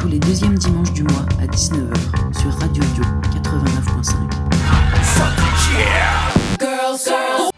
tous les deuxièmes dimanches du mois à 19h sur Radio Dio 89.5. Girls, girls.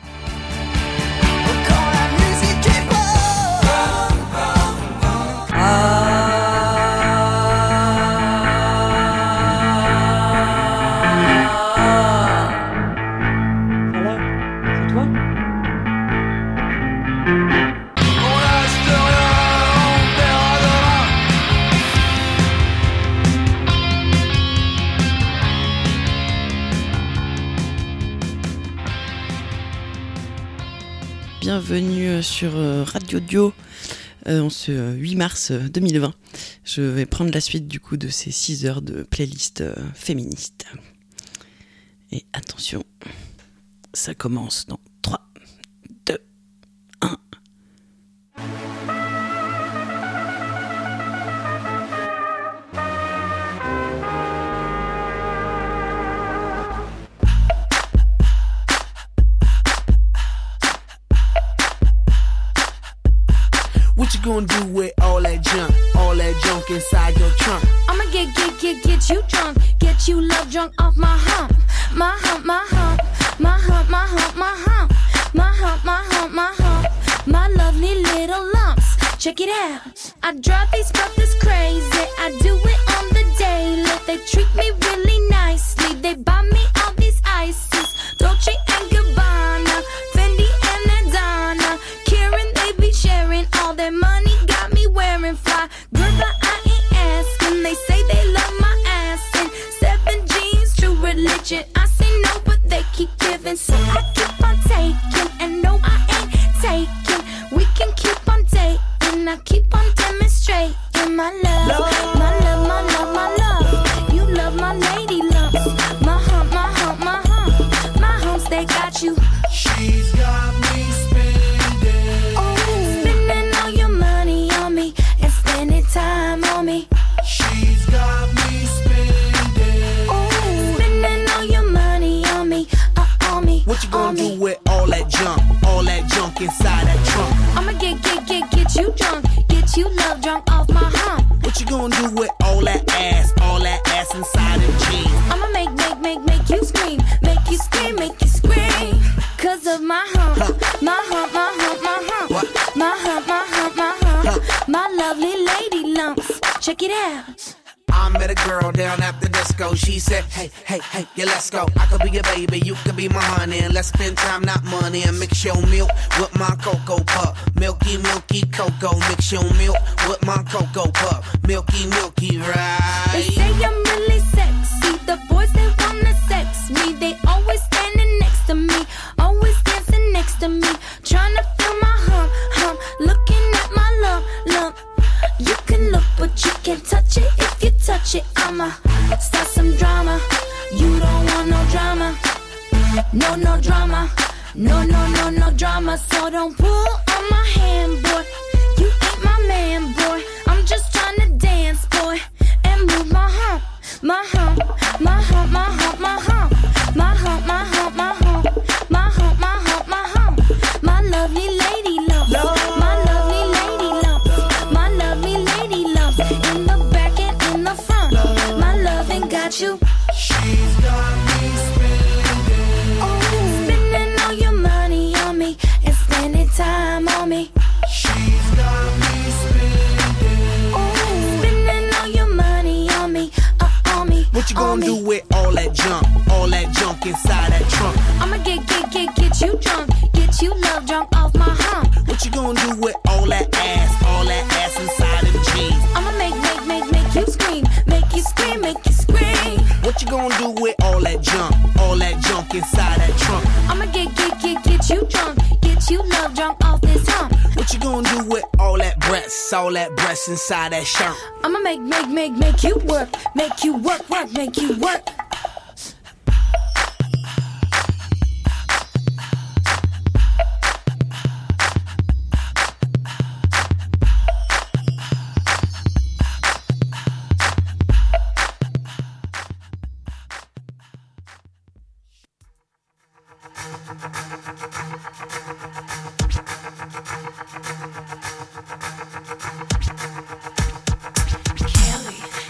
Bienvenue sur Radio Dio en ce 8 mars 2020. Je vais prendre la suite du coup de ces 6 heures de playlist féministe. Et attention, ça commence dans 3, 2, 1. What you gonna do with all that junk inside your trunk? I'ma get you drunk, get you love drunk off my hump, my hump, my hump, my hump, my hump, my hump, my hump, my hump, my hump, my lovely little lumps. Check it out. I drive these brothers crazy. I do it on the daily. They treat me really nicely. They buy me all these ices, Dolce and Gabbana, Fendi and Adana. Karen, they be sharing all their money. Got me wearing fly. Girl, but I ain't asking. They say they love my ass and 7 jeans, true religion. I say no, but they keep giving, so I keep on taking. And no, I ain't taking. We can keep on dating. I keep on demonstrating my love, my love, my love, my love. You love my lady lumps. My hump, my hump, my hump. My humps, they got you. She's got me spending. Oh, spending all your money on me and spending time on me. She's got me spending. Oh, spending all your money on me, on me. What you gonna do with all that junk inside that trunk? I'ma get you drunk, get you love drunk off my hump. What you gonna do with all that ass inside them jeans? I'ma make you scream, make you scream, make you scream. Cause of my hump, my hump, my hump, my hump. What? My hump, my hump, my hump. My lovely lady lumps. Check it out. I met a girl down at the disco. She said, hey, yeah, let's go. I could be your baby, you could be my honey. And let's spend time, not money. And mix your milk with my cocoa pup. Milky, milky cocoa. Mix your milk with my cocoa pup. Milky, milky, right? They say I'm really sexy. The boys, they wanna sex me. They always standing next to me. Always dancing next to me. Trying to feel my hump. Looking at my lump. You can look, but you can't touch it. If you touch it, I'ma start some drama. You don't want no drama. No drama. No drama. So don't pull on my hand, boy. You ain't my man, boy. I'm just trying to dance, boy, and move my hump. My hump, my hump, my hump, my hump. My hump, my hump, my hump. My hump, my hump, my hump. My lovely lady lumps. My lovely lady lumps. My lovely lady lumps. In the back and in the front. My loving got you. She's got me spending. Oh, spending all your money on me and spending time on me. She's got me spending. Oh, spending all your money on me, on me. What you gonna do with all that junk inside that trunk? I'ma get you drunk, get you love drunk off my hump. What you gonna do with all that ass inside them jeans? I'ma make you scream, make you scream, make you scream. What you gonna do with all that junk inside that trunk? I'ma get you drunk, get you love drunk off this hump. What you gonna do with all that breasts inside that shirt? I'ma make you work, make you work, make you work. Kelly.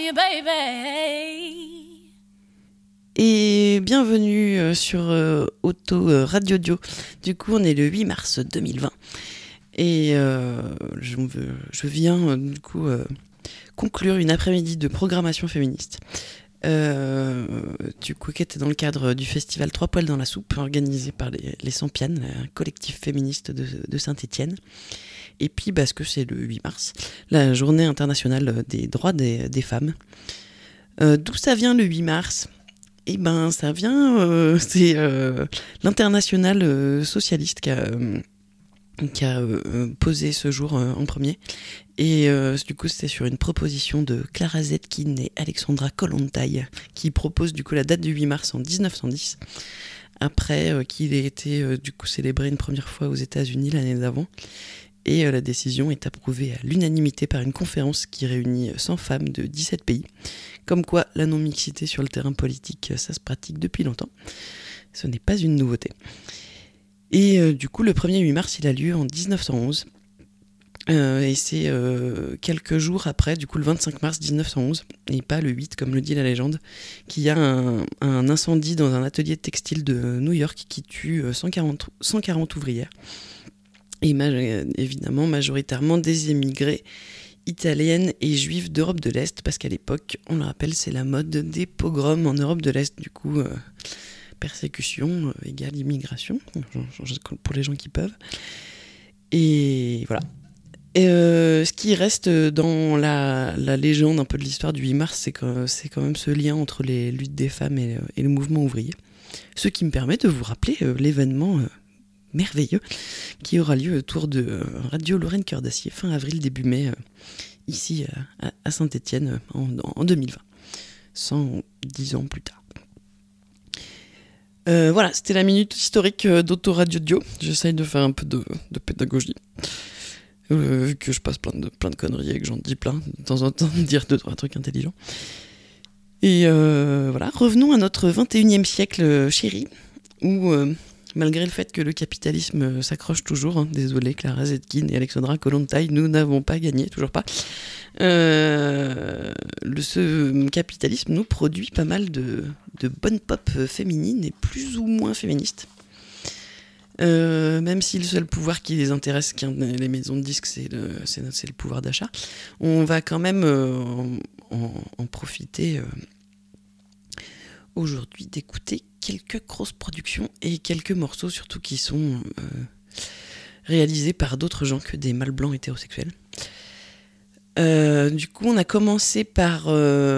you, baby. Et bienvenue sur Auto Radio Dio. Du coup, on est le 8 mars 2020. Et je viens du coup conclure une après-midi de programmation féministe. Du coup, qui était dans le cadre du festival 3 poils dans la soupe, organisé par les Sampianes, un collectif féministe de Saint-Étienne. Et puis, parce que c'est le 8 mars, la journée internationale des droits des femmes. D'où ça vient le 8 mars ? Eh ben, ça vient, c'est l'internationale socialiste qui a posé ce jour en premier. Et du coup, c'était sur une proposition de Clara Zetkin et Alexandra Kollontai, qui proposent du coup la date du 8 mars en 1910, après qu'il ait été du coup célébré une première fois aux États-Unis l'année d'avant. Et la décision est approuvée à l'unanimité par une conférence qui réunit 100 femmes de 17 pays. Comme quoi, la non-mixité sur le terrain politique, ça se pratique depuis longtemps. Ce n'est pas une nouveauté. Et du coup, le premier 8 mars, il a lieu en 1911. Et c'est quelques jours après, du coup le 25 mars 1911, et pas le 8 comme le dit la légende, qu'il y a un incendie dans un atelier de textile de New York qui tue 140 ouvrières. Et évidemment majoritairement des émigrés italiennes et juives d'Europe de l'Est, parce qu'à l'époque, on le rappelle, c'est la mode des pogroms en Europe de l'Est, du coup persécution égale immigration, pour les gens qui peuvent. Et voilà. Et ce qui reste dans la légende un peu de l'histoire du 8 mars, c'est quand même ce lien entre les luttes des femmes et le mouvement ouvrier. Ce qui me permet de vous rappeler l'événement merveilleux qui aura lieu autour de Radio Lorraine Cœur d'Acier fin avril début mai ici à Saint-Étienne en 2020, 110 ans plus tard. Voilà, c'était la minute historique d'Auto Radio Dio. J'essaye de faire un peu de pédagogie, vu que je passe plein de conneries et que j'en dis plein de temps en temps, dire 2-3 trucs intelligents. Et voilà, revenons à notre 21e siècle chéri, où malgré le fait que le capitalisme s'accroche toujours, désolé Clara Zetkin et Alexandra Kollontai, nous n'avons pas gagné, toujours pas. Ce capitalisme nous produit pas mal de bonnes pop féminines et plus ou moins féministes. Même si le seul pouvoir qui les intéresse, les maisons de disques, c'est le pouvoir d'achat, on va quand même en profiter aujourd'hui d'écouter quelques grosses productions et quelques morceaux surtout qui sont réalisés par d'autres gens que des mâles blancs hétérosexuels. Du coup, on a commencé par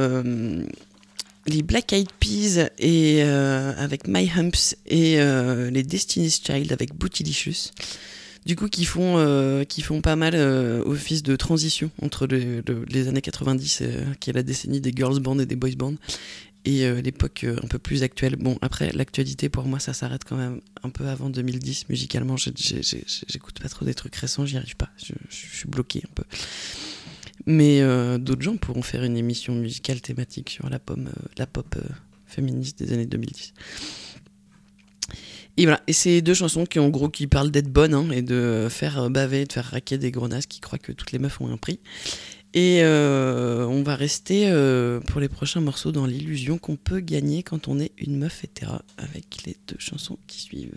les Black Eyed Peas et avec My Humps et les Destiny's Child avec Bootylicious. Du coup, qui font pas mal office de transition entre les années 90, qui est la décennie des girls band et des boys band, et l'époque un peu plus actuelle. Bon, après, l'actualité, pour moi, ça s'arrête quand même un peu avant 2010. Musicalement, j'écoute pas trop des trucs récents, j'y arrive pas. Je suis bloqué un peu. Mais d'autres gens pourront faire une émission musicale thématique sur la pop féministe des années 2010. Et voilà, et c'est deux chansons qui, en gros, qui parlent d'être bonnes, et de faire baver, de faire raquer des grenasses qui croient que toutes les meufs ont un prix. Et on va rester pour les prochains morceaux dans l'illusion qu'on peut gagner quand on est une meuf hétéra, avec les deux chansons qui suivent.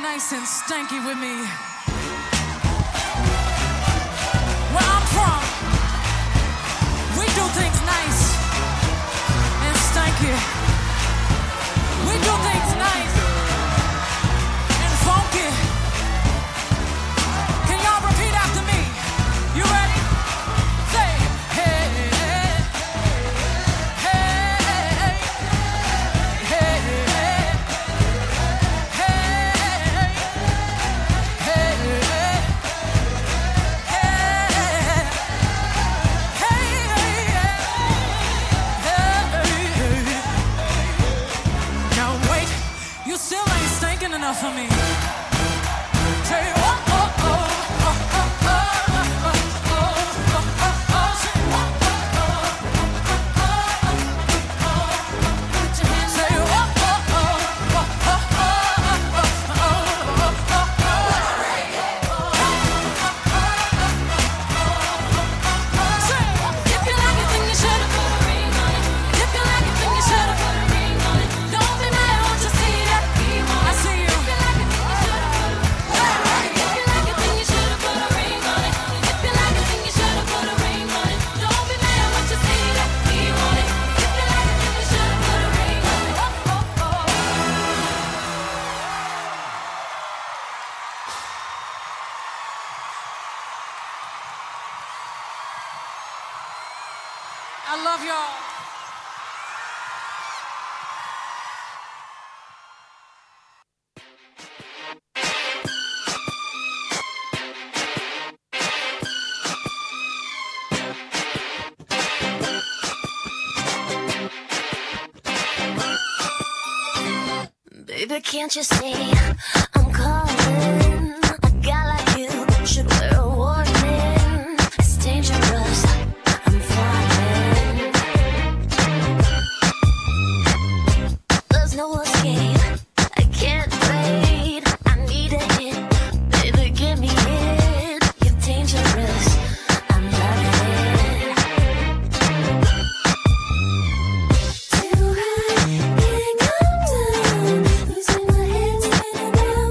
nice and stanky with me. Where I'm from, we do things nice and stanky. We do things nice and funky. Can y'all repeat after me? You ready? Say, hey, hey, hey, hey, hey, still ain't stinking enough for me. Say, oh, oh, oh, oh, oh, oh, oh, oh, oh, oh, say, oh, oh, oh, oh, oh, put your hands, say, oh, oh, oh, oh, oh, oh, oh, say, if you like it, then you should've put a ring on it. If you like it, then you should've put a ring on it. Don't be mad, won't you see that? I see you. If you like it, then you should've put a ring on it. If you like it, then you should've put a ring on it. Don't be mad, won't you see that? We want it. If you like it, then you should've put a ring on it. Oh, oh, oh. I love y'all. Baby, can't you see I'm calling? A guy like you should wear a warning. It's dangerous, I'm falling. There's no escape, I can't wait. I need a hit, baby, give me it. You're dangerous, I'm loving it. Too high, can't come down. Losing my head, spinning round.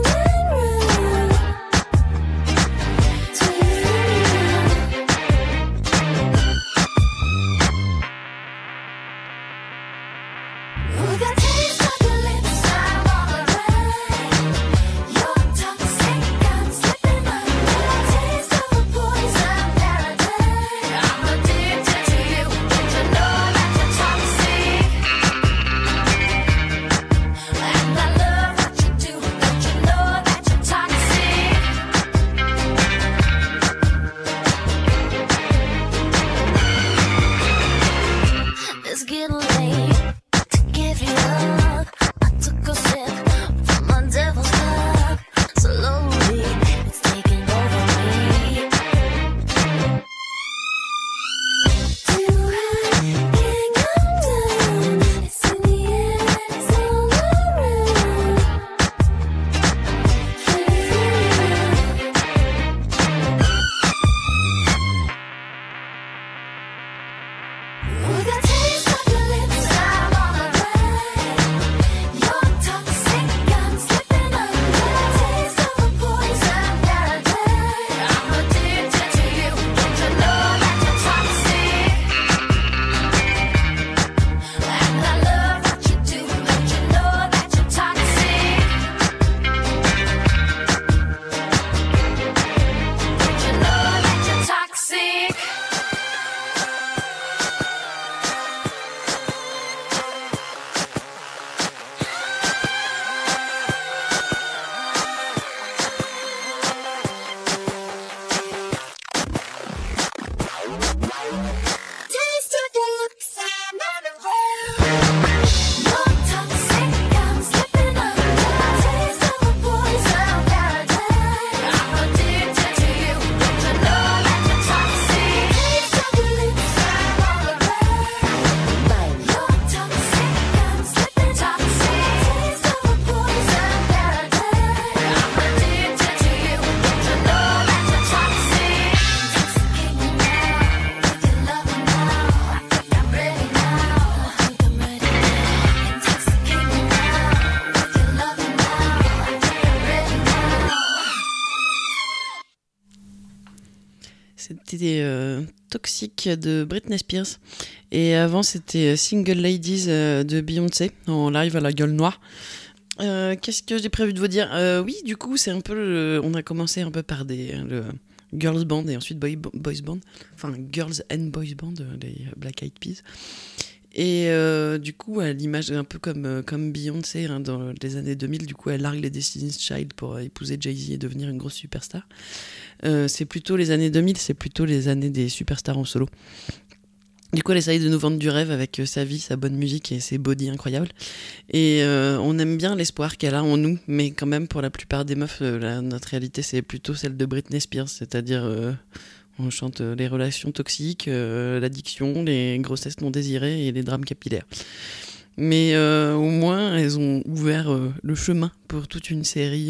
C'était Toxic de Britney Spears. Et avant, c'était Single Ladies de Beyoncé en live à la gueule noire. Qu'est-ce que j'ai prévu de vous dire ? Oui, du coup, c'est un peu on a commencé un peu par le girls band et ensuite boys band. Enfin, girls and boys band, les Black Eyed Peas. Et du coup, à l'image un peu comme Beyoncé hein, dans les années 2000, du coup, elle largue les Destiny's Child pour épouser Jay-Z et devenir une grosse superstar. C'est plutôt les années 2000, c'est plutôt les années des superstars en solo. Du coup, elle essaye de nous vendre du rêve avec sa vie, sa bonne musique et ses bodies incroyables. Et on aime bien l'espoir qu'elle a en nous, mais quand même, pour la plupart des meufs, notre réalité, c'est plutôt celle de Britney Spears, c'est-à-dire... on chante les relations toxiques, l'addiction, les grossesses non désirées et les drames capillaires. Mais au moins, elles ont ouvert le chemin pour toute une série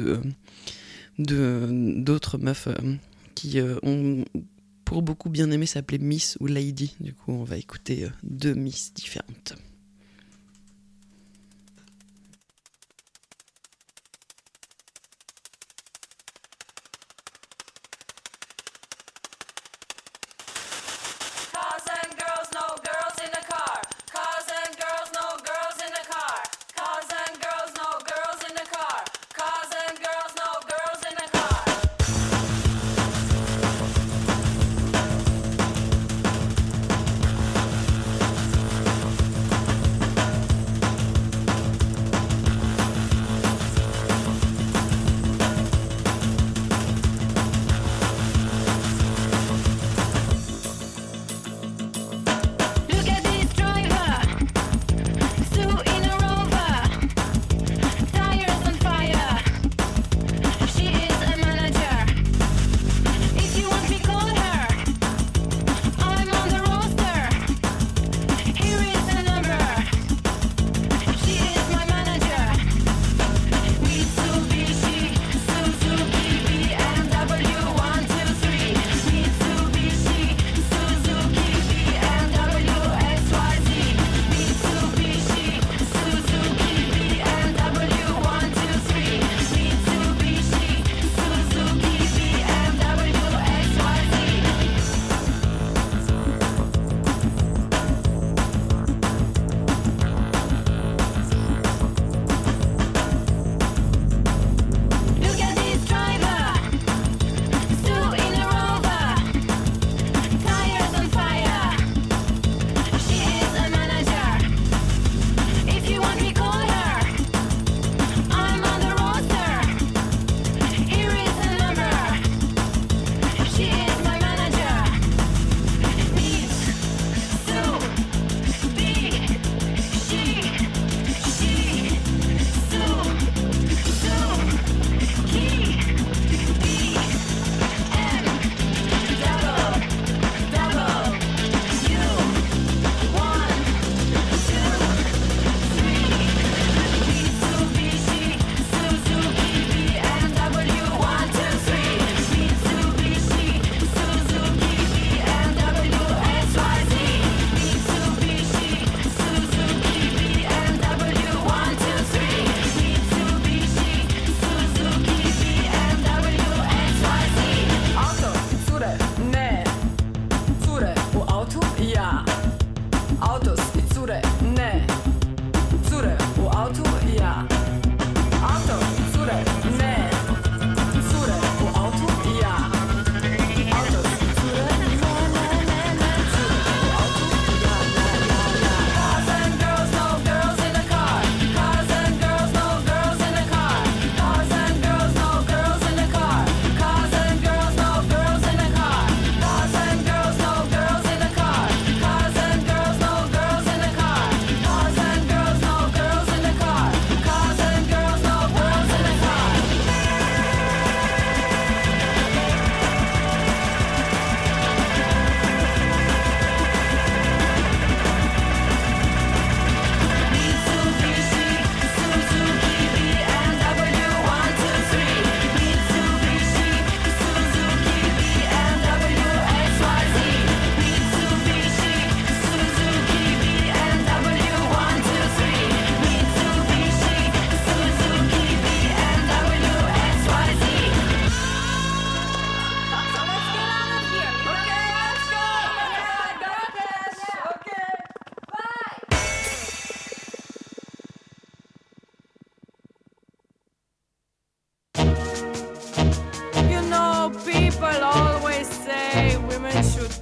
d'autres meufs qui ont, pour beaucoup bien aimé, s'appeler Miss ou Lady. Du coup, on va écouter 2 Miss différentes. Cause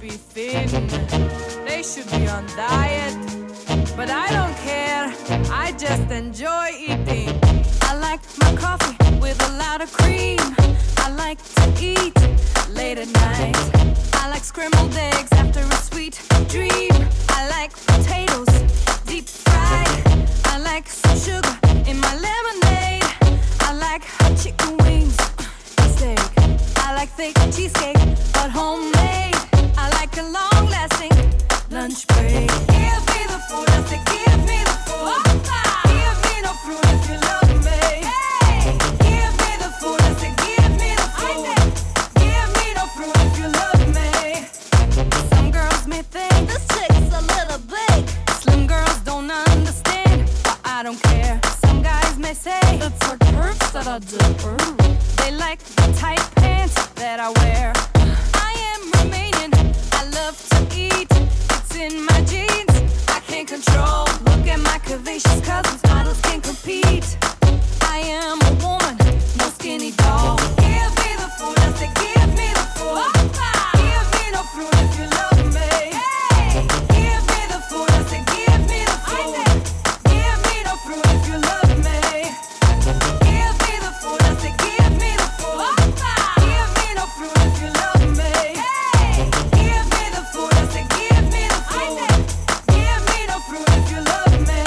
be thin. They should be on diet. But I don't care, I just enjoy eating. I like my coffee with a lot of cream. I like to eat late at night. I like scrambled eggs after a sweet dream. I like potatoes deep fried. I like some sugar in my lemonade. I like hot chicken wings and steak. I like thick cheesecake but homemade. I like a long-lasting lunch break. Give me the food, I say give me the food. Give me no fruit if you love me. Hey, give me the food, I say give me the food. Give me no fruit if you love me. Some girls may think this chick's a little big. Slim girls don't understand, but I don't care. Some guys may say it's her curves that I do. They like the tight pants that I wear. I am Romanian, I love to eat. It's in my genes, I can't control. Look at my curvaceous cousins, models can't compete. I am a woman, no skinny doll. Give me the food, I say give me the food. Give me no fruit if you love me. Hey, give me the food, I say give me the food. Give me no fruit if you love me. Give me the food, I say give me the food. Give me no fruit if you love me. Hey, give me the food, I say give me the food. Give me no fruit if you love me.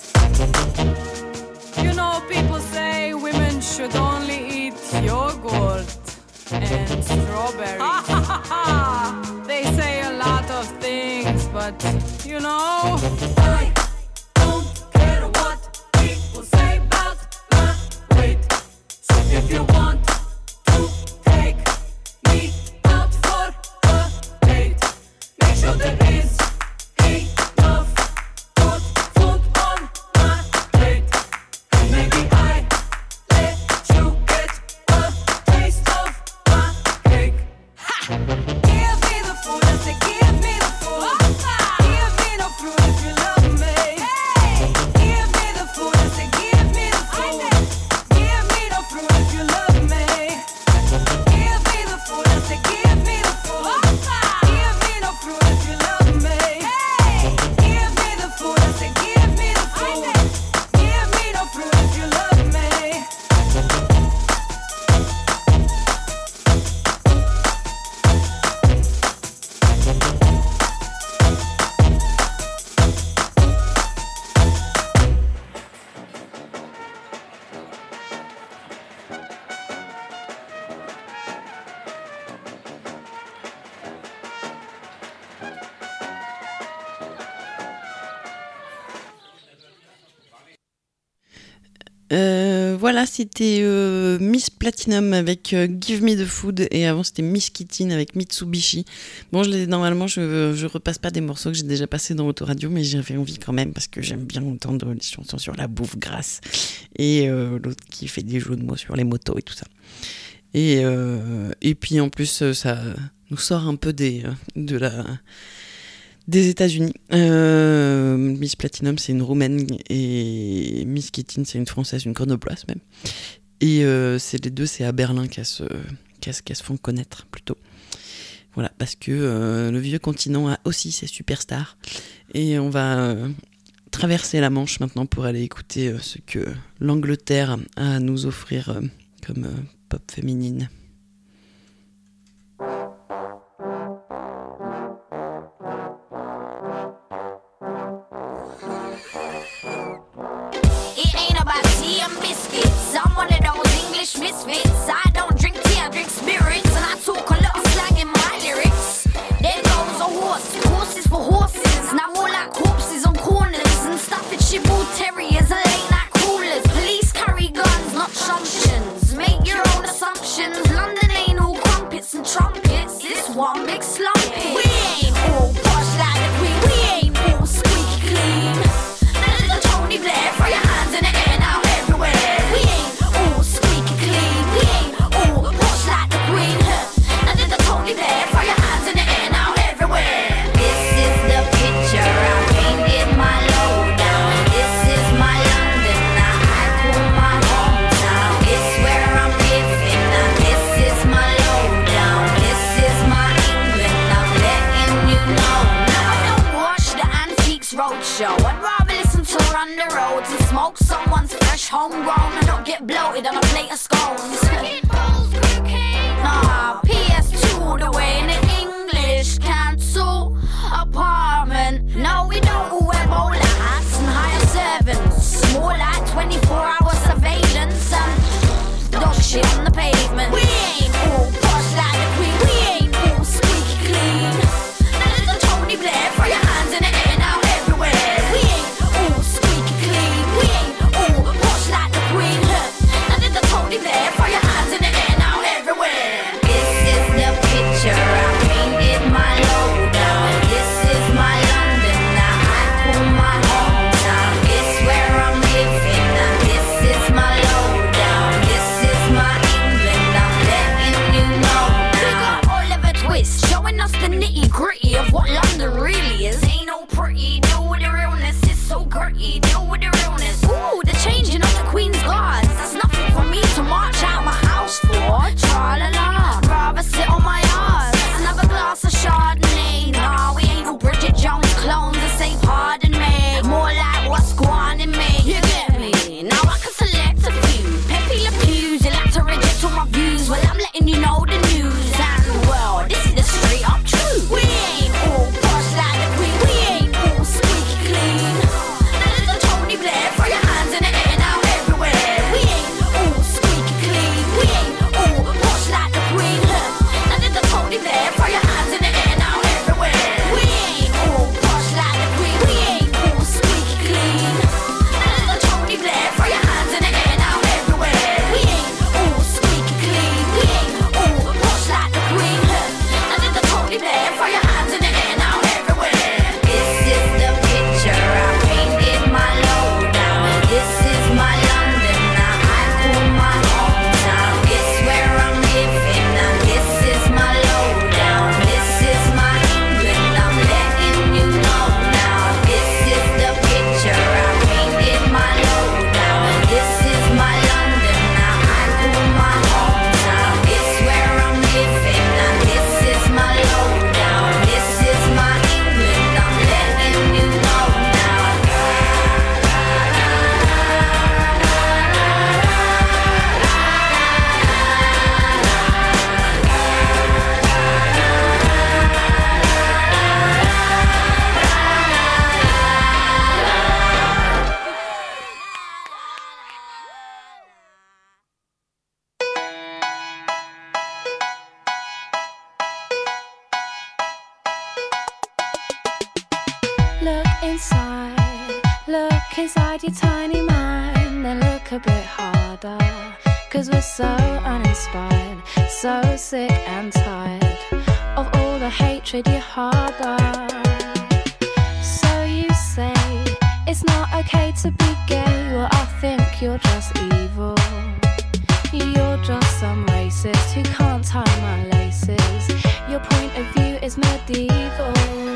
You know, people say women should only eat yogurt and strawberries. They say a lot of things, but you know, I don't care what people say about my weight. So if you want to take me out for a date, make sure there is enough good food on my plate. And maybe I let you get a taste of my cake. Give me the food, I say give me the food. Give me no fruit if you love me. Hey, give me the food, I say give me the food. Give me no fruit if you love me. Give me the food, I say give me the food. Give me no fruit if you love me. Hey, give me the food, I say give me the food. Give me no fruit if you love me. Voilà, c'était Miss Platinum avec Give Me the Food, et avant c'était Miss Kittin avec Mitsubishi. Bon, normalement je repasse pas des morceaux que j'ai déjà passés dans l'autoradio, mais j'avais envie quand même parce que j'aime bien entendre les chansons sur la bouffe grasse, et l'autre qui fait des jeux de mots sur les motos et tout ça. Et puis en plus ça nous sort un peu des États-Unis. Miss Platinum, c'est une Roumaine, et Miss Kittin, c'est une Française, une Grenobloise même. Et c'est les deux, c'est à Berlin qu'elles se font connaître plutôt. Voilà, parce que le vieux continent a aussi ses superstars. Et on va traverser la Manche maintenant pour aller écouter ce que l'Angleterre a à nous offrir comme pop féminine. Misfits. I don't drink tea, I drink spirits, and I talk a lot of slang in my lyrics. There goes a horse, horses for horses, now more like corpses on corners and Staffordshire Bull Terriers and late night crawlers. Police carry guns, not truncheons. Make your own assumptions. London ain't all crumpets and trumpets. This one big slumpet. We ain't all posh like the Queen. We ain't all squeaky clean. None of the Tony Blair, throw your hands in the air now everywhere. We ain't all squeaky clean. We ain't all posh like the Queen. None of the Tony Blair, throw your hands in the air now everywhere. This is the picture I painted my lowdown. This is my London, now I call my hometown. It's where I'm living, now this is my lowdown. This is my England, now letting you know the news. And well, this is the straight up truth. We ain't all posh like the Queen. We ain't all squeaky clean. The Tony Blair, throw your hands in the air now everywhere. We ain't all squeaky clean. We ain't all posh like the Queen. The Tony Blair, throw your hands in the air now everywhere. We ain't all posh like the Queen. We ain't all squeaky clean. The Tony Blair, throw your hands in the air now everywhere. We ain't all squeaky clean. We ain't all posh like the Queen. The Tony Blair, throw your hands in the air now everywhere. This is the picture I painted my lowdown. This is my London now I call my hometown. It's where I'm living now. This is my lowdown. This is my England. I'm letting you know now. This is the picture I painted my lowdown. This is my London now I call my hometown. It's where I'm living now. This is my lowdown. This is my England. I'm letting you know now. Look inside your tiny mind and look a bit harder. 'Cause we're so uninspired, so sick and tired of all the hatred you harbor. So you say it's not okay to be gay. Well, I think you're just evil. You're just some racist who can't tie my laces. Your point of view is medieval.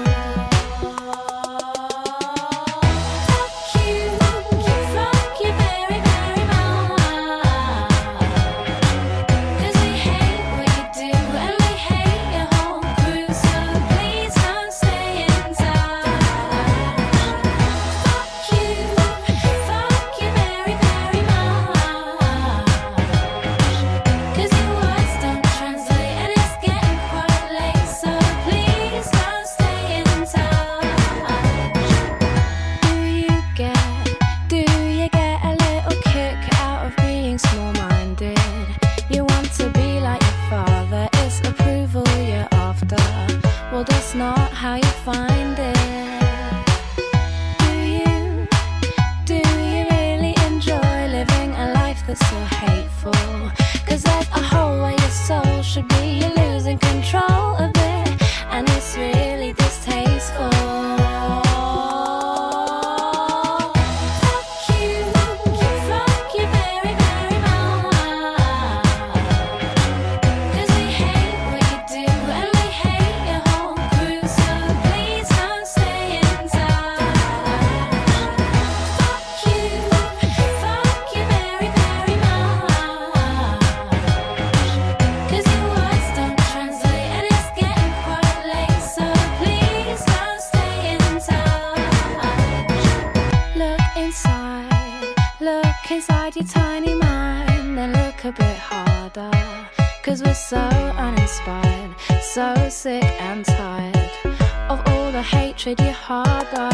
Not how you find it. Do you really enjoy living a life that's so hateful? 'Cause there's a hole where your soul should be. You're losing control of it, and it's really distasteful. Inside your tiny mind and look a bit harder. 'Cause we're so uninspired, so sick and tired of all the hatred you harbor.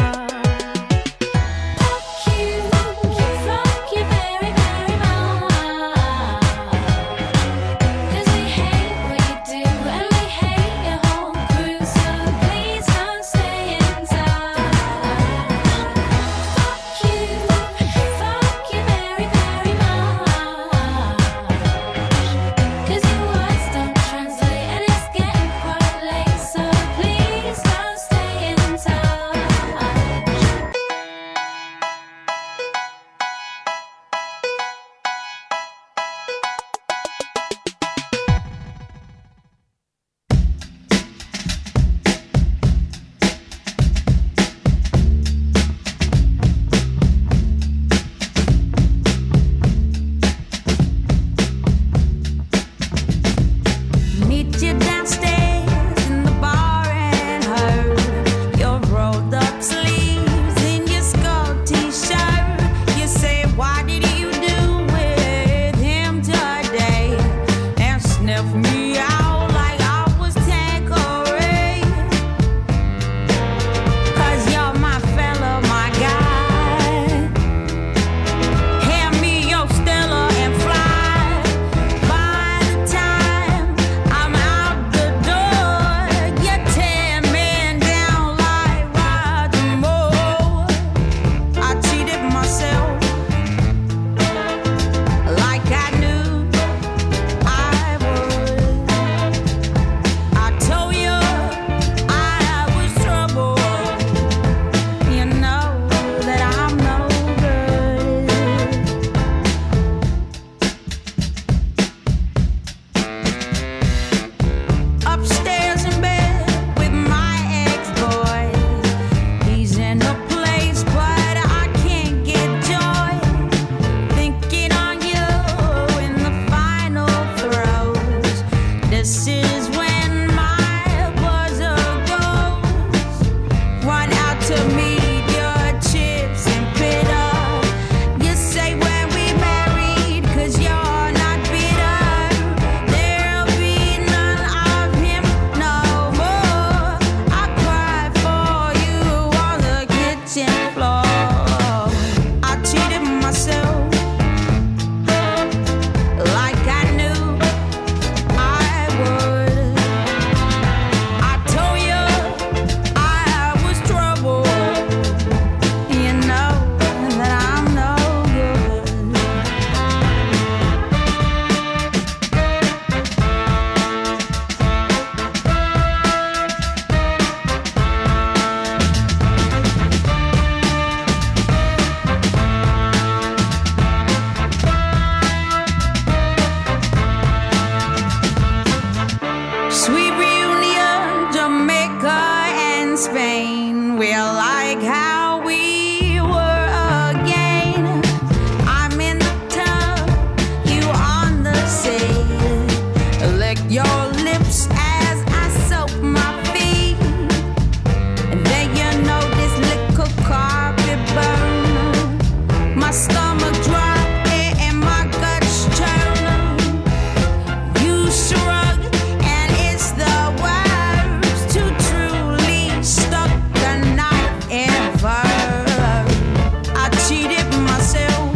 your lips as I soak my feet. And then you know this liquor carpet burn. My stomach drop and my guts turn. You shrug and it's the words to truly stuck the knife in fur. I cheated myself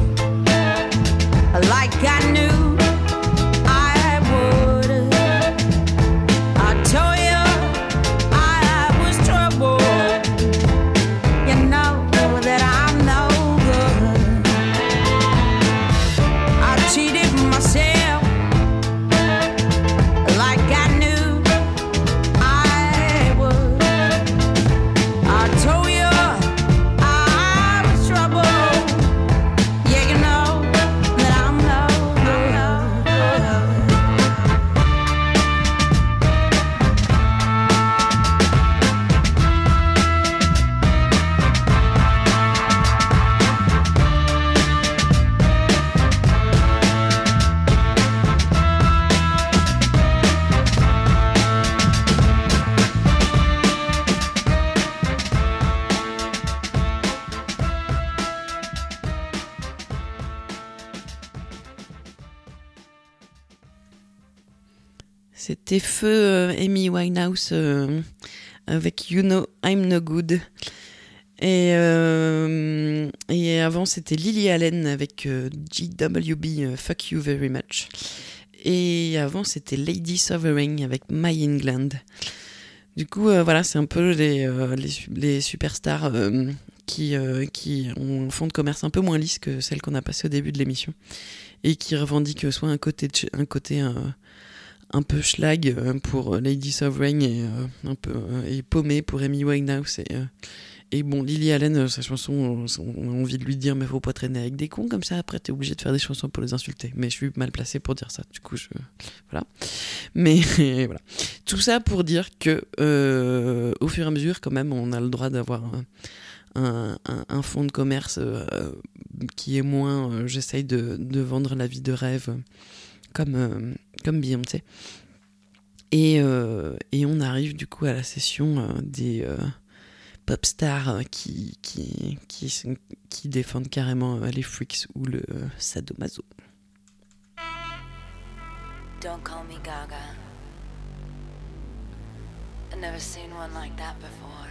like I knew I would. I told you I was trouble. You know that I'm no good. I cheated myself like I knew I would. I told you I was trouble. Yeah, you know that I'm no good. C'était feu Amy Winehouse avec You Know I'm No Good. Et avant, c'était Lily Allen avec GWB Fuck You Very Much. Et avant, c'était Lady Sovereign avec My England. Du coup, voilà, c'est un peu les superstars qui ont un fond de commerce un peu moins lisse que celle qu'on a passée au début de l'émission et qui revendiquent soit un côté un peu schlag pour Lady Sovereign et un peu et paumé pour Amy Winehouse et bon, Lily Allen, sa chanson, on a envie de lui dire mais faut pas traîner avec des cons comme ça, après t'es obligé de faire des chansons pour les insulter, mais je suis mal placée pour dire ça, du coup voilà, mais voilà, tout ça pour dire que au fur et à mesure quand même on a le droit d'avoir un fonds de commerce qui est moins j'essaye de vendre la vie de rêve comme Beyoncé. Et on arrive du coup à la session des pop stars qui défendent carrément les freaks ou le sadomaso. Don't call me Gaga. I've never seen one like that before.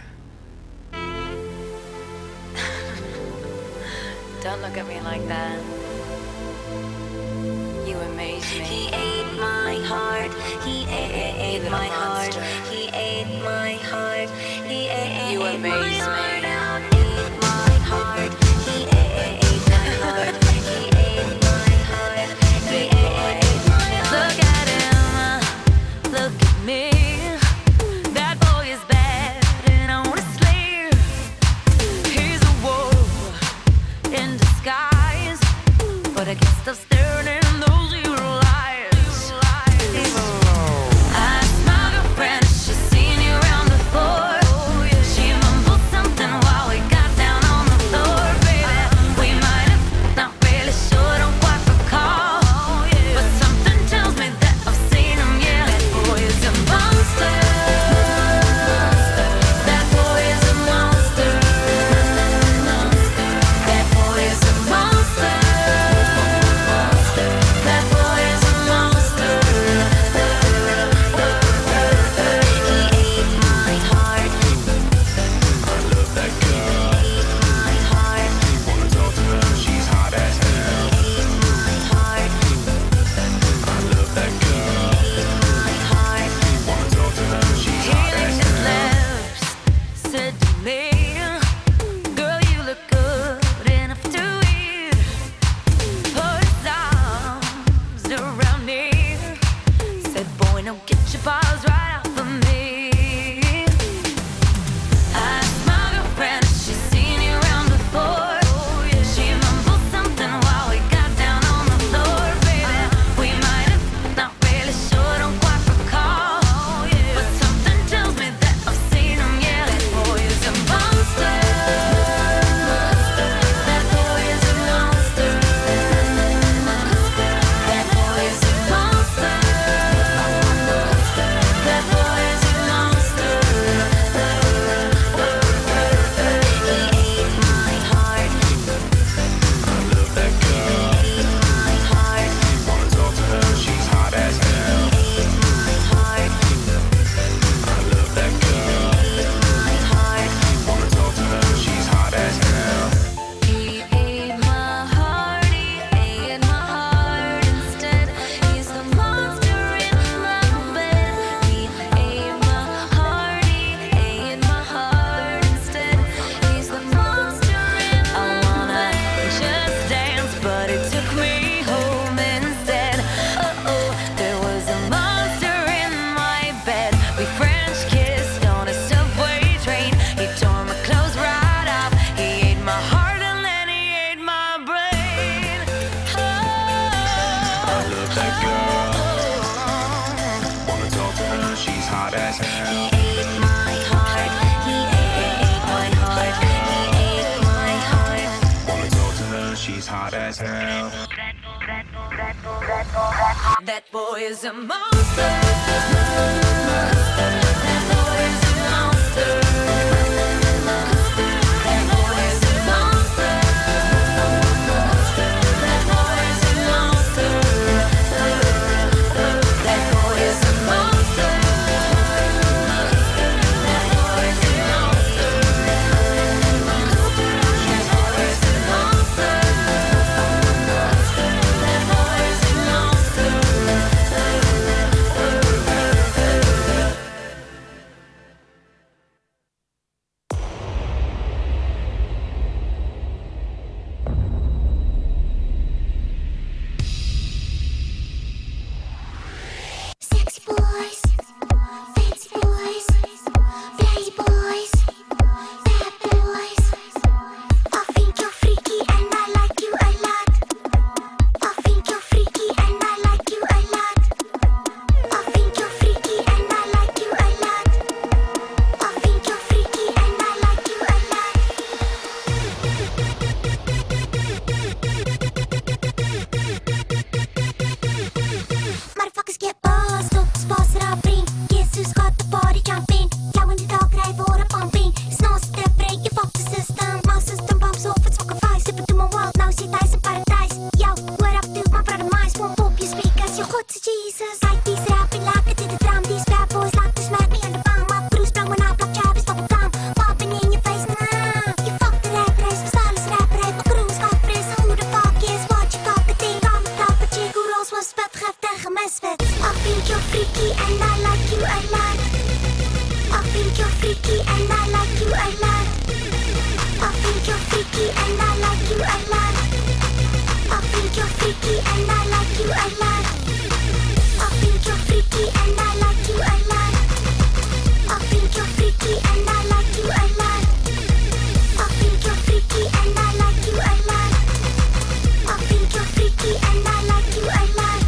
Don't look at me like that. You amaze me. He ate my heart. He ate my heart. He ate my heart. He ate you amaze my me. Heart. Ate my heart. He ate my heart. He ate my heart. He ate my heart. Look at him. Look at me. That boy is bad and honestly, he's a wolf in disguise. But I can't stop staring at those evil eyes. I asked my girlfriend, she's seen you around before. She mumbles as hell. He ate my heart. He ate my heart. He ate my heart. Wanna talk to her, she's hot as hell. That boy is a monster. That boy is a monster. That boy is a monster. That boy is a monster. That boy is a monster. That boy is a monster. That boy is a monster. That boy is a monster. Sexy boys, fancy boys, play boys, bad boys. I think you're freaky and I like you a lot. I think you're freaky and I like you a lot. I think you're freaky and I like you a lot. I think you're freaky and I like you a lot. Motherfuckers get buzzed up, spasser av brink. Jesus got the body jumping. Yeah, when the dog drive or a pumping. Snart stepper, you fuck the system. My system bumps off, it's fucking fine. Slip it to my world, now see dice in paradise. Yo, what up, dude? My brother minds won't pop your speakers. You're good to Jesus. Like these rapping like it to the drum. These bad boys like to smack me on the bum. My Bruce Brown when I block Travis bubble gum. Popping in your face, nah. You fuck the rap race, stylish rap race. My crew's got frizz. Who the fuck is what you talking? Kom met dat een chick, hoe roos was vet, geeft tegen misfit. I think you're freaky and I like you a lot. I think you're freaky and I like you a lot. I think you're freaky and I like you a lot. I think you're freaky and I like you a lot. I think you're freaky and I like you a lot. I think you're freaky and I like you a lot. I think you're freaky and I like you a lot. I think you're freaky and I like you a lot.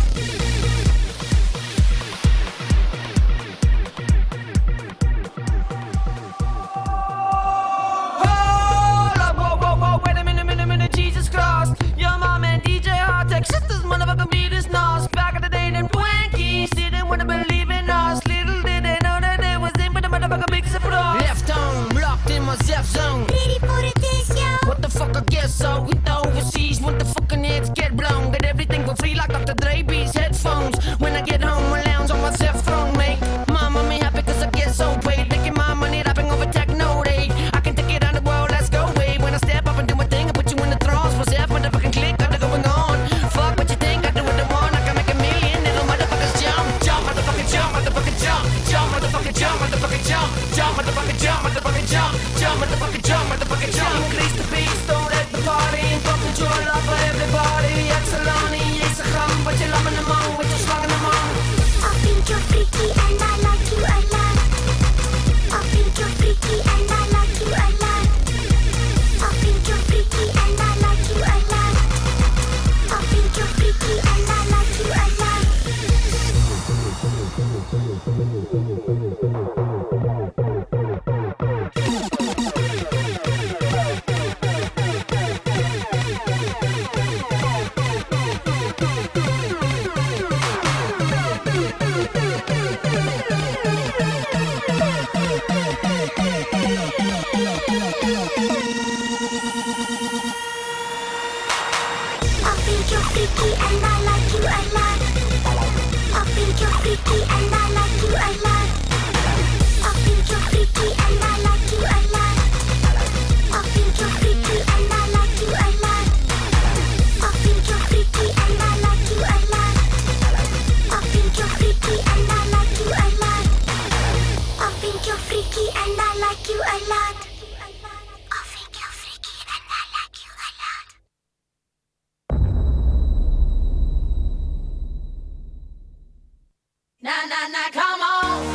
Hold up, whoa, whoa, whoa, wait a minute, Jesus Christ. Your mom and DJ Hardtech, sisters, motherfucker, beat us nos. Back in the day, them Twinkies didn't wanna believe in us. Little did they know that they was in for the motherfucker big surprise. Left home, locked in my Zef zone. Ready for the dish, yo? What the fuck, I guess so. With the overseas, when the fucking heads get blown. Get everything for free like Dr. Dre beats headphones. When I get home, I lounge on my Zef throne, make mama me happy cause I get so paid. Making my money rapping over techno day. I can take it on the world, let's go away. When I step up and do my thing, I put you in the thrones. For Zef, motherfucking click, got it going on. Fuck what you think, I do what I want. I can make a million, little motherfuckers jump. Jump, motherfucking jump, motherfucking jump. Jump, motherfucking jump, motherfucking jump. Jump, motherfucking jump, motherfucking jump. Jump, motherfucking jump, motherfucking jump. Increase the pace, don't let the party. Pop control up for everybody. Excelani, yes, I come, but you're loving them all. With your slugging them all. I think you're freaky and I like you a lot. I think you're freaky and I like you a lot. I think you're freaky and I like you a lot. I think you're freaky and I like you a lot. I think you're freaky and I like you a lot. I think you're freaky and I like you a lot. I think you're freaky and I like you a lot. I think you're freaky and I like you a lot. I think you're freaky and I like you a lot. I think you're freaky and I like you a lot. I think you're freaky and I like you a lot. I think you're freaky and I like you a lot. Nah, nah, nah, come on.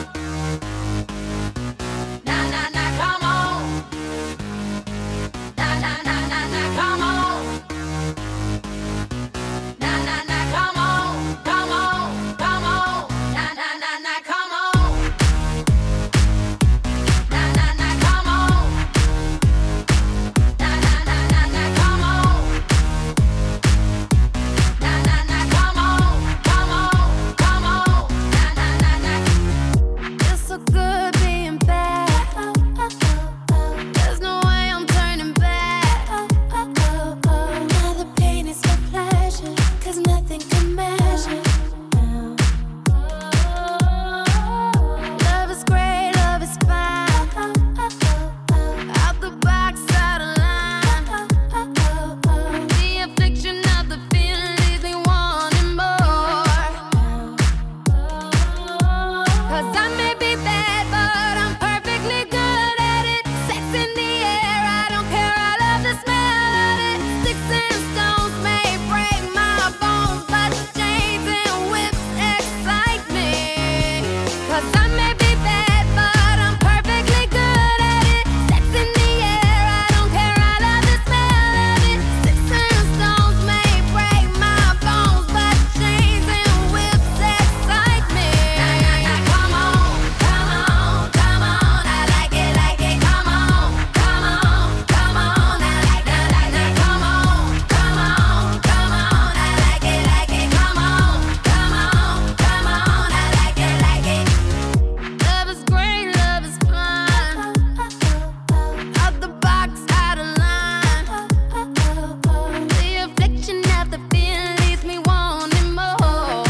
'Cause I may be bad, but I'm perfectly good at it. Sex in the air, I don't care, I love the smell of it. Sticks and stones may break my bones, but chains and whips excite me. 'Cause I may be bad, but I'm perfectly good at it. Sex in the air, I don't care, I love the smell of it. Sticks and stones may break my bones, but chains and whips excite me. Come on, come on, come on, I like it, come on, come on, come on, I like it, come on, come on, come on, I like it, come on, come on, come on, I like it. Love is great, love is fun. Out the box, out of line. The affliction of the feeling leaves me wanting more.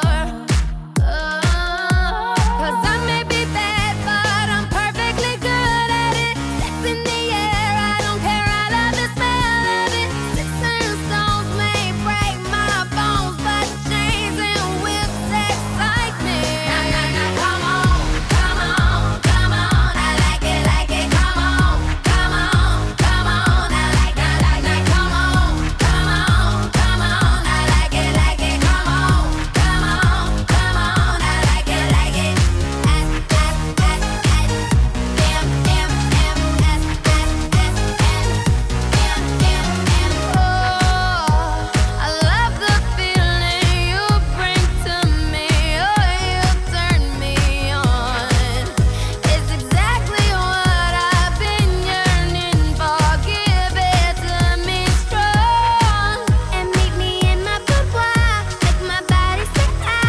'Cause I may be bad, but I'm perfectly good at it. Sex in the air, I don't care, I love the smell of it. Sticks and stones may break my bones, but chains and whips excite me. Come on, come on, come on, I like it, come on, come on, come on, I like it, come on, come on, come on, I like it, come on, come on, come on, I like it. I love the feeling you bring to me. Oh, you turn me on. It's exactly what I've been yearning for. Give it to me strong and meet me in my boudoir. Make my body say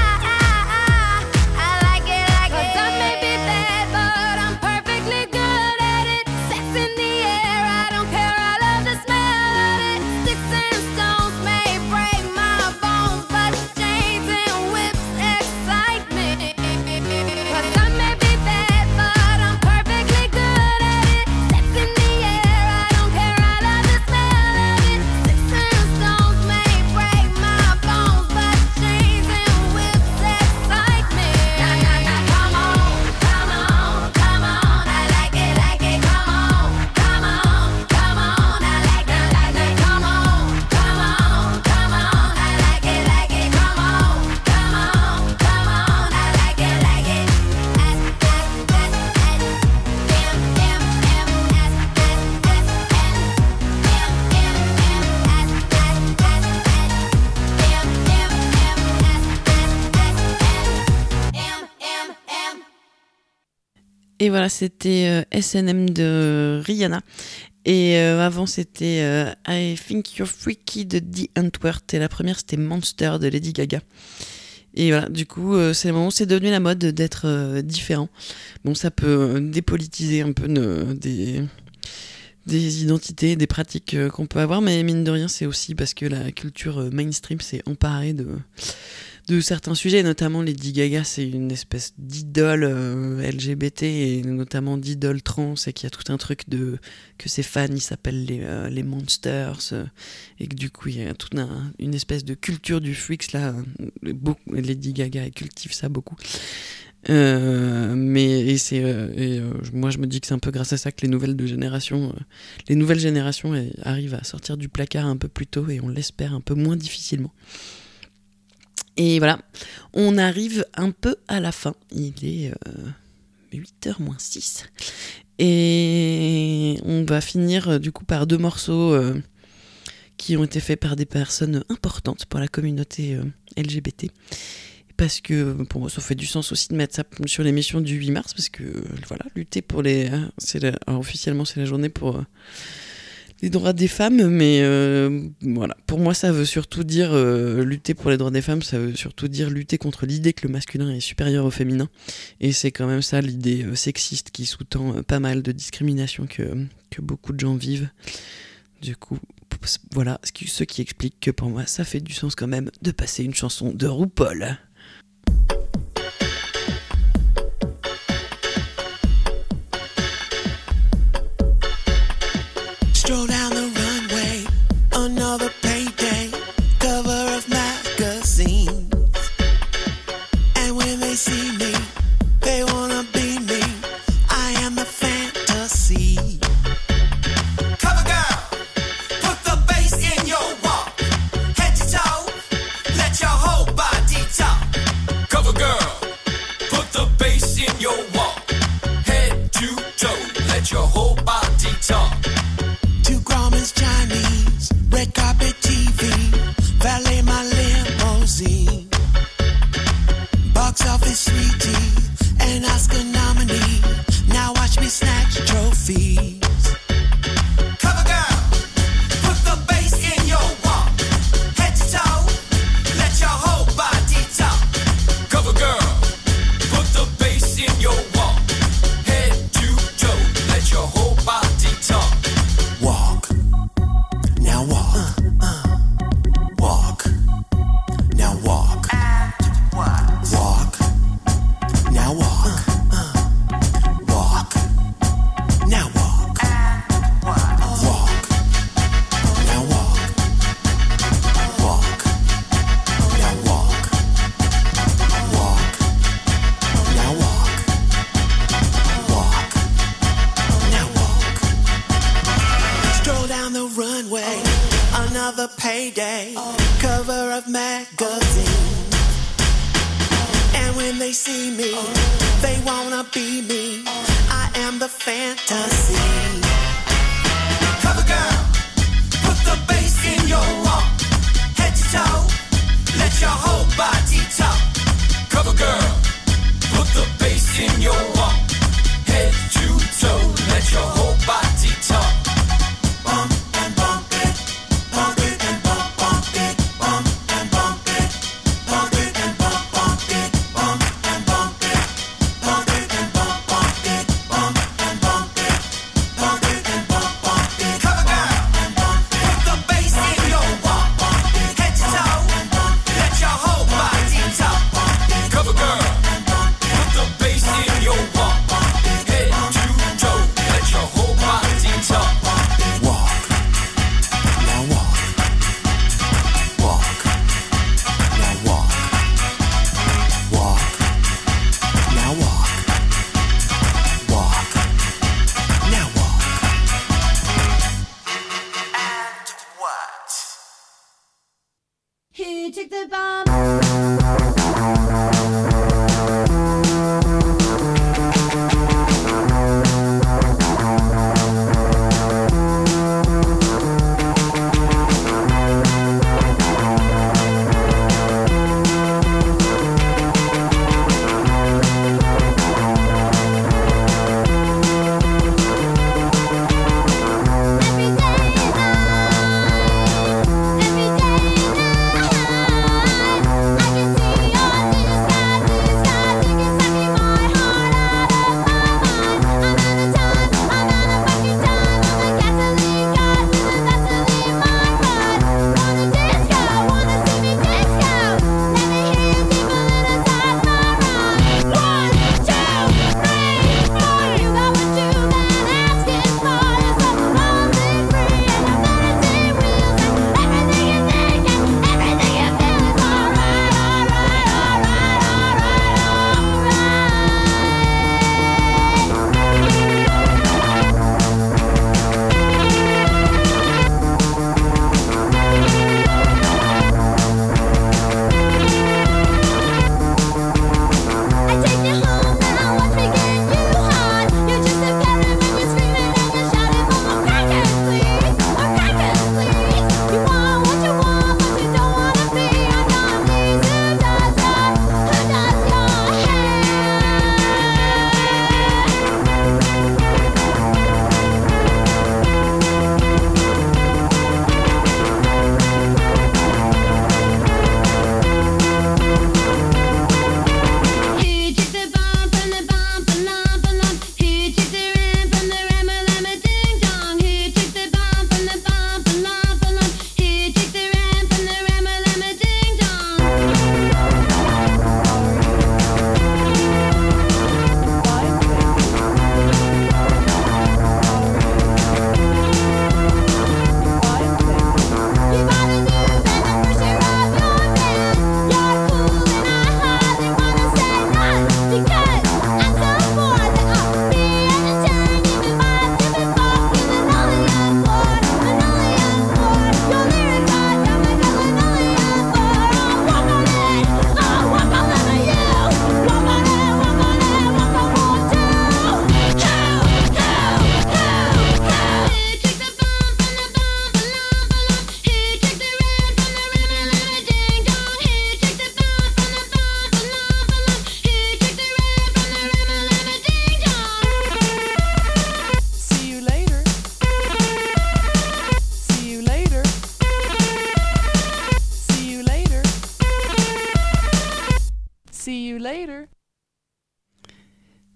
I like it. 'Cause I may be bad, but I'm perfectly good at it. Sex in the air, I don't care, I love the smell of it. Sticks and stones may break my bones, but chains and whips excite me. 'Cause I may be bad, but I'm perfectly good at it. Sex in the air, I don't care, I love the smell of it. Sticks and stones may break my bones, but chains and whips excite me. Come on, come on, come on, I like it, come on, come on, come on, I like it, come on, come on, come on, I like it, come on, come on, come on, I like it. Et voilà, c'était S&M de Rihanna. Et avant, c'était I Think You're Freaky de The Antwoord. Et la première, c'était Monster de Lady Gaga. Et voilà, du coup, c'est le moment où c'est devenu la mode d'être différent. Bon, ça peut dépolitiser un peu des identités, des pratiques qu'on peut avoir, mais mine de rien, c'est aussi parce que la culture mainstream s'est emparée de certains sujets, notamment Lady Gaga, c'est une espèce d'idole LGBT et notamment d'idole trans, et qu'il y a tout un truc que ses fans ils s'appellent les monsters, et que du coup il y a toute une espèce de culture du freaks là. Lady Gaga cultive ça beaucoup. Moi je me dis que c'est un peu grâce à ça que les nouvelles générations arrivent à sortir du placard un peu plus tôt, et on l'espère un peu moins difficilement. Et voilà, on arrive un peu à la fin. Il est 8h moins 6. Et on va finir du coup par deux morceaux qui ont été faits par des personnes importantes pour la communauté LGBT. Parce que pour moi, ça fait du sens aussi de mettre ça sur l'émission du 8 mars. Parce que voilà, lutter pour les... Alors, officiellement, c'est la journée pour... les droits des femmes, mais voilà, pour moi ça veut surtout dire lutter pour les droits des femmes, ça veut surtout dire lutter contre l'idée que le masculin est supérieur au féminin, et c'est quand même ça l'idée sexiste qui sous-tend pas mal de discrimination que beaucoup de gens vivent. Du coup, voilà ce qui explique que pour moi ça fait du sens quand même de passer une chanson de RuPaul. Stroll down the runway, another payday, cover of magazines. And when they see me, they Miss Sweetie, an Oscar nominee. Now watch me snatch trophies. Cover girl, put the bass in your walk. Head to toe, let your whole body talk. Cover girl, put the bass in your walk. Head to toe, let your whole body talk. Walk, now walk. Walk, now walk. Walk, now walk. Walk, now walk. Walk, now walk. Walk, now walk. Walk, now walk. Walk, now walk. Stroll down the runway, another payday, cover of magazine. And when they see me, they wanna be me. I am the fantasy. Cover girl, put the bass in your walk. Head to toe, let your whole body talk. Cover girl, put the bass in your walk. Head to toe, let your whole body talk. Bump and bump it, bump it and bump it, bump and bump it, bump it and bump it, bump and bump it, bump it and bump it, bump and bump it, bump it and bump it. Cover girl, put the bass in your walk. Head to toe, let your whole body talk. Cover girl,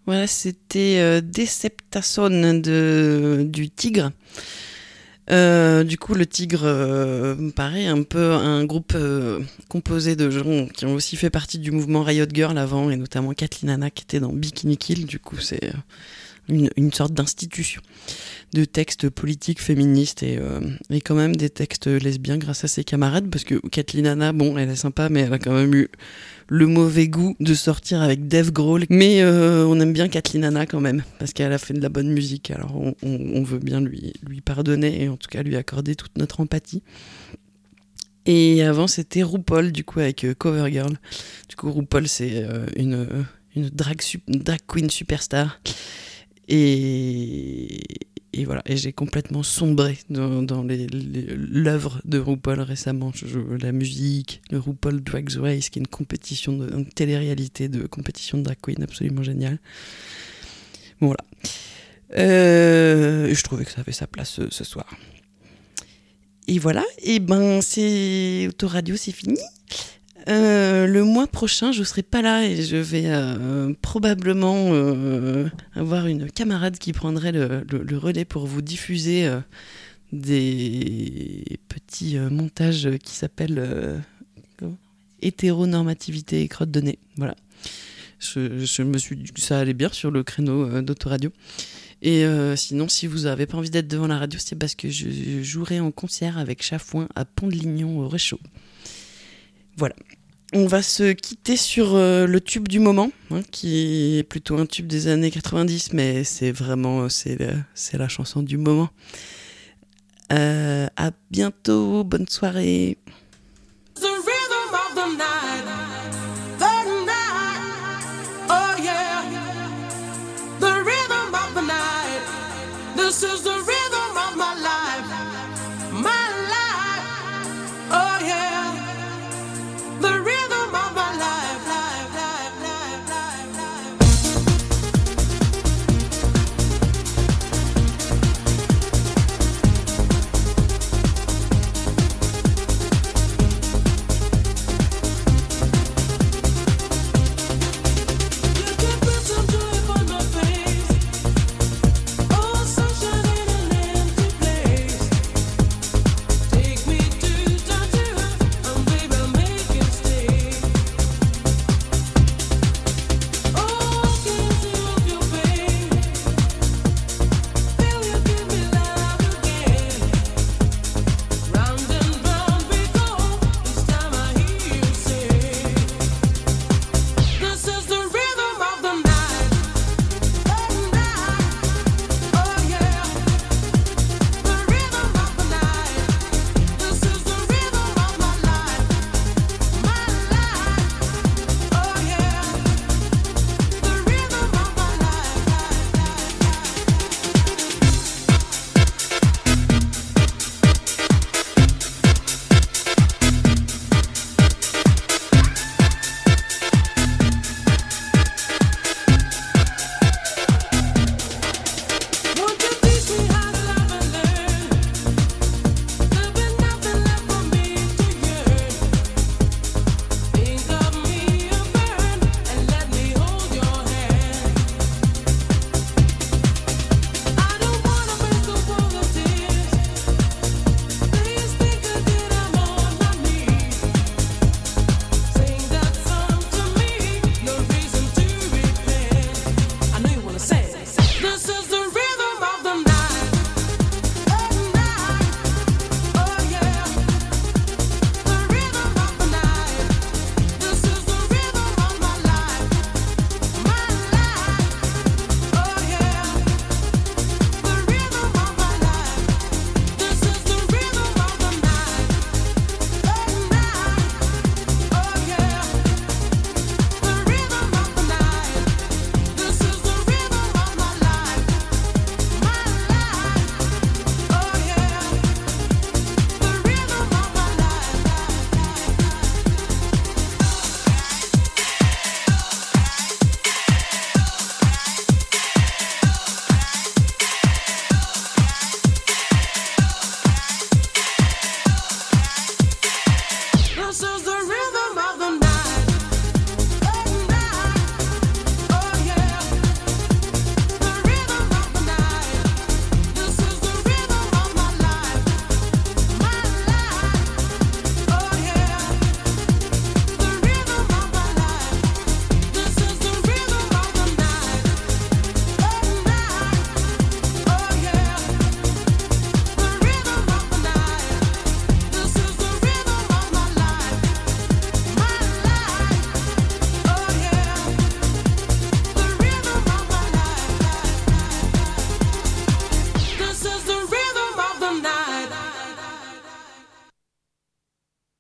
Voilà, c'était Deceptason du Tigre. Du coup, le Tigre, pareil, un peu un groupe composé de gens qui ont aussi fait partie du mouvement Riot Girl avant, et notamment Kathleen Hanna qui était dans Bikini Kill. Du coup, c'est une sorte d'institution de textes politiques féministes et quand même des textes lesbiens grâce à ses camarades, parce que Kathleen Hanna, bon, elle est sympa, mais elle a quand même eu le mauvais goût de sortir avec Dave Grohl. Mais on aime bien Kathleen Hanna quand même, parce qu'elle a fait de la bonne musique, alors on veut bien lui pardonner, et en tout cas lui accorder toute notre empathie. Et avant, c'était RuPaul, du coup, avec Cover Girl. Du coup, RuPaul, c'est une drag queen superstar. Et voilà, et j'ai complètement sombré dans l'œuvre de RuPaul récemment. La musique, le RuPaul Drag Race, qui est une compétition, une télé-réalité de compétition de drag queen absolument géniale. Bon, voilà. Je trouvais que ça avait sa place ce soir. Et voilà, et ben c'est Autoradio, c'est fini. Le mois prochain, je ne serai pas là et je vais probablement avoir une camarade qui prendrait le relais pour vous diffuser des petits montages qui s'appellent hétéronormativité et crotte de nez. Voilà. Je me suis dit que ça allait bien sur le créneau d'Autoradio. Et sinon, si vous n'avez pas envie d'être devant la radio, c'est parce que je jouerai en concert avec Chafouin à Pont-de-Lignon au Réchaud. Voilà. On va se quitter sur le tube du moment, qui est plutôt un tube des années 90, mais c'est vraiment c'est la chanson du moment. À bientôt, bonne soirée. The rhythm of the night, oh yeah, the rhythm of the night. This is the rhythm.